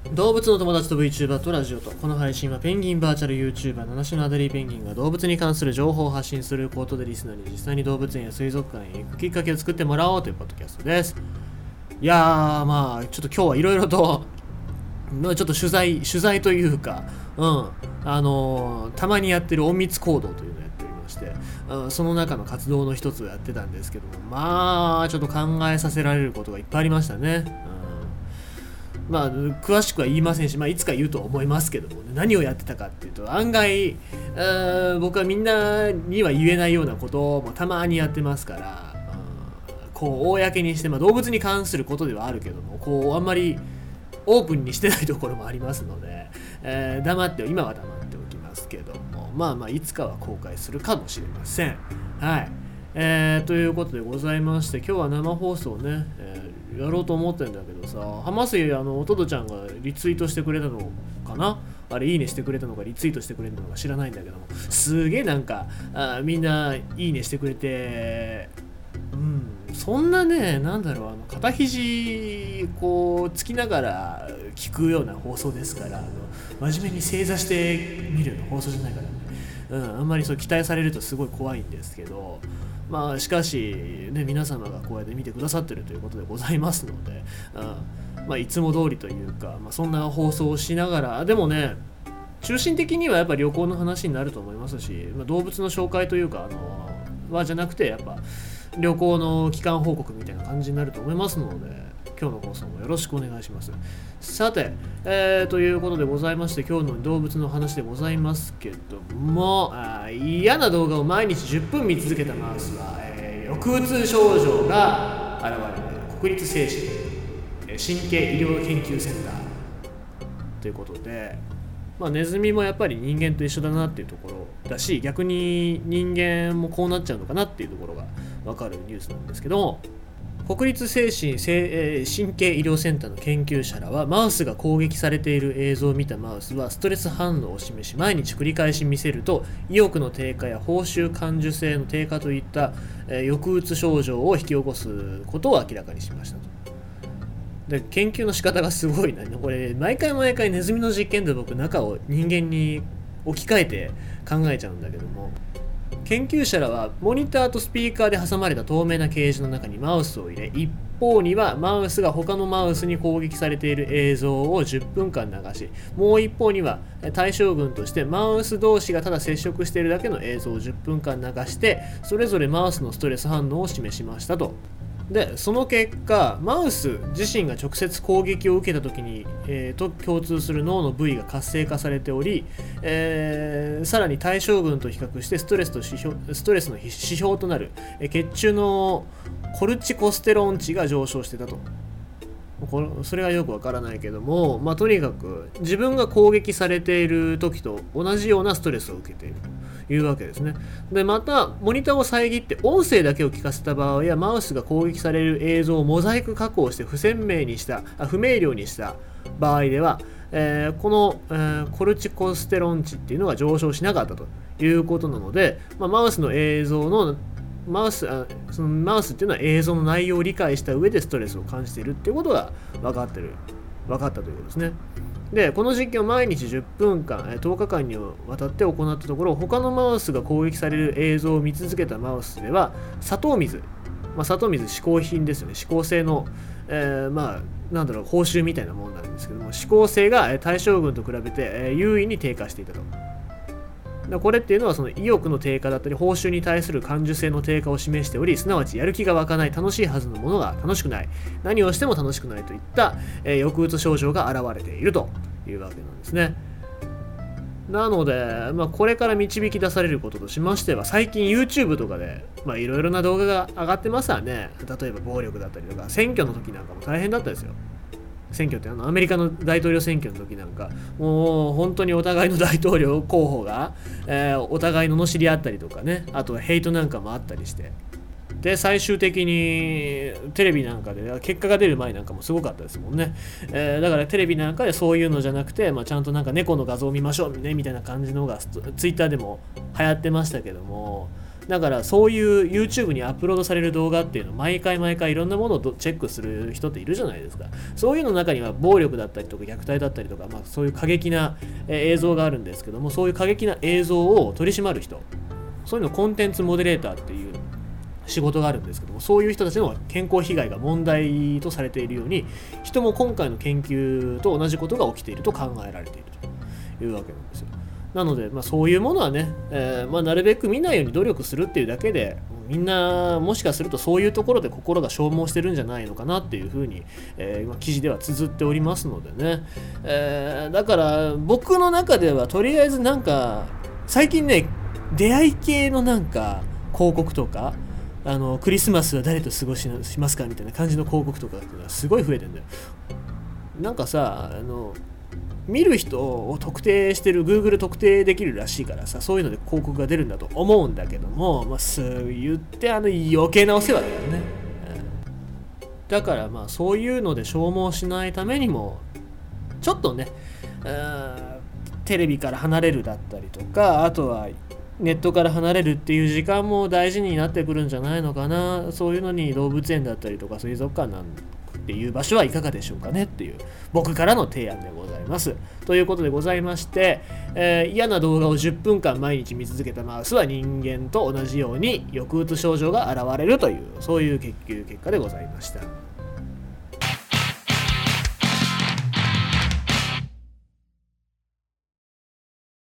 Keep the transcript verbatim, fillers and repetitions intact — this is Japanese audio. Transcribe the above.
動物の友達と VTuber とラジオと、この配信はペンギンバーチャル YouTuber 七種のアデリーペンギンが動物に関する情報を発信することでリスナーに実際に動物園や水族館へ行くきっかけを作ってもらおうというポッドキャストです。いやーまあちょっと今日はいろいろとちょっと取材取材というか、うんあのー、たまにやってる隠密行動というのをやっておりまして、うん、その中の活動の一つをやってたんですけども、まあちょっと考えさせられることがいっぱいありましたね。うん、まあ詳しくは言いませんし、まあ、いつか言うと思いますけども、ね、何をやってたかっていうと、案外僕はみんなには言えないようなこともたまにやってますから、うん、こう公にして、まあ、動物に関することではあるけども、こうあんまりオープンにしてないところもありますので、えー、黙って今は黙っておきますけども、まあまあいつかは公開するかもしれません。はい、えー、ということでございまして、今日は生放送ね、えー、やろうと思ってんだけどさ、ハマスあのトドちゃんがリツイートしてくれたのかな、あれいいねしてくれたのかリツイートしてくれたのか知らないんだけども、すげえなんかあみんないいねしてくれて、うんそんなね、なんだろう、あの肩肘こうつきながら聞くような放送ですから、あの真面目に正座して見るような放送じゃないからね、うん、あんまりそう期待されるとすごい怖いんですけど、まあしかしね、皆様がこうやって見てくださってるということでございますので、うんまあ、いつも通りというか、まあ、そんな放送をしながら、でもね中心的にはやっぱり旅行の話になると思いますし、まあ、動物の紹介というかあのはじゃなくて、やっぱ旅行の期間報告みたいな感じになると思いますので、今日の放送もよろしくお願いします。さて、えー、ということでございまして、今日の動物の話でございますけども、あ嫌な動画を毎日じゅっぷん見続けたマウスは、えー、抑うつ症状が現れる国立精神神経医療研究センターということで、まあ、ネズミもやっぱり人間と一緒だなっていうところだし、逆に人間もこうなっちゃうのかなっていうところが分かるニュースなんですけども、国立精神神経医療センターの研究者らは、マウスが攻撃されている映像を見たマウスはストレス反応を示し、毎日繰り返し見せると意欲の低下や報酬感受性の低下といった抑うつ症状を引き起こすことを明らかにしましたと。で研究の仕方がすごいな、これ毎回毎回ネズミの実験で僕中を人間に置き換えて考えちゃうんだけども、研究者らはモニターとスピーカーで挟まれた透明なケージの中にマウスを入れ、一方にはマウスが他のマウスに攻撃されている映像をじゅっぷんかん流し、もう一方には対象群としてマウス同士がただ接触しているだけの映像をじゅっぷんかん流して、それぞれマウスのストレス反応を示しましたと。でその結果、マウス自身が直接攻撃を受けた時に、えー、と共通する脳の部位が活性化されており、えー、さらに対象群と比較してストレスと指標ストレスの指標となる、えー、血中のコルチコステロン値が上昇してたと。これそれはよくわからないけども、まあ、とにかく自分が攻撃されている時と同じようなストレスを受けているというわけですね。でまたモニターを遮って音声だけを聞かせた場合や、マウスが攻撃される映像をモザイク加工して不鮮明にしたあ不明瞭にした場合では、えー、この、えー、コルチコステロン値っていうのが上昇しなかったということなので、まあ、マウスの映像のマウスあそのマウスっていうのは映像の内容を理解した上でストレスを感じているっていうことが分かってる分かったということですね。でこの実験を毎日じゅっぷんかんとおかかんにわたって行ったところ、他のマウスが攻撃される映像を見続けたマウスでは砂糖水、まあ、砂糖水嗜好品ですよね、嗜好性の、えー、まあなんだろう報酬みたいなものなんですけども、嗜好性が対象群と比べて優位に低下していたと。これっていうのはその意欲の低下だったり報酬に対する感受性の低下を示しており、すなわちやる気が湧かない、楽しいはずのものが楽しくない、何をしても楽しくないといった、えー、抑うつ症状が現れているというわけなんですね。なので、まあ、これから導き出されることとしましては、最近 YouTube とかでいろいろな動画が上がってますわね。例えば暴力だったりとか、選挙の時なんかも大変だったですよ。選挙ってあのアメリカの大統領選挙の時なんかもう本当にお互いの大統領候補が、えー、お互いの罵り合ったりとかね、あとはヘイトなんかもあったりして、で最終的にテレビなんかで結果が出る前なんかもすごかったですもんね、えー、だからテレビなんかでそういうのじゃなくて、まあ、ちゃんとなんか猫の画像を見ましょうねみたいな感じのがツイッターでも流行ってましたけども、 だからそういう YouTube にアップロードされる動画っていうのを毎回毎回いろんなものをチェックする人っているじゃないですか。そういうの中には暴力だったりとか虐待だったりとか、まあ、そういう過激な映像があるんですけども、そういう過激な映像を取り締まる人、そういうのコンテンツモデレーターっていう仕事があるんですけども、そういう人たちの健康被害が問題とされているように、人も今回の研究と同じことが起きていると考えられているというわけなんですよ。なので、まあ、そういうものはね、えーまあ、なるべく見ないように努力するっていうだけで、みんなもしかするとそういうところで心が消耗してるんじゃないのかなっていうふうに、えー、今記事では綴っておりますのでね、えー、だから僕の中ではとりあえずなんか最近ね、出会い系のなんか広告とか、あのクリスマスは誰と過ごしますかみたいな感じの広告とかっていうのはすごい増えてるんだよ。なんかさ、あの見る人を特定してる Google 特定できるらしいからさ、そういうので広告が出るんだと思うんだけども、まあ、そう言ってあの余計なお世話だよね。だからまあそういうので消耗しないためにもちょっとね、テレビから離れるだったりとか、あとはネットから離れるっていう時間も大事になってくるんじゃないのかな。そういうのに動物園だったりとか水族館なんっていう場所はいかがでしょうかねっていう僕からの提案でございます。ということでございまして、えー、嫌な動画をじゅっぷんかん毎日見続けたマウスは人間と同じように抑うつ症状が現れるという、そういう研究結果でございました。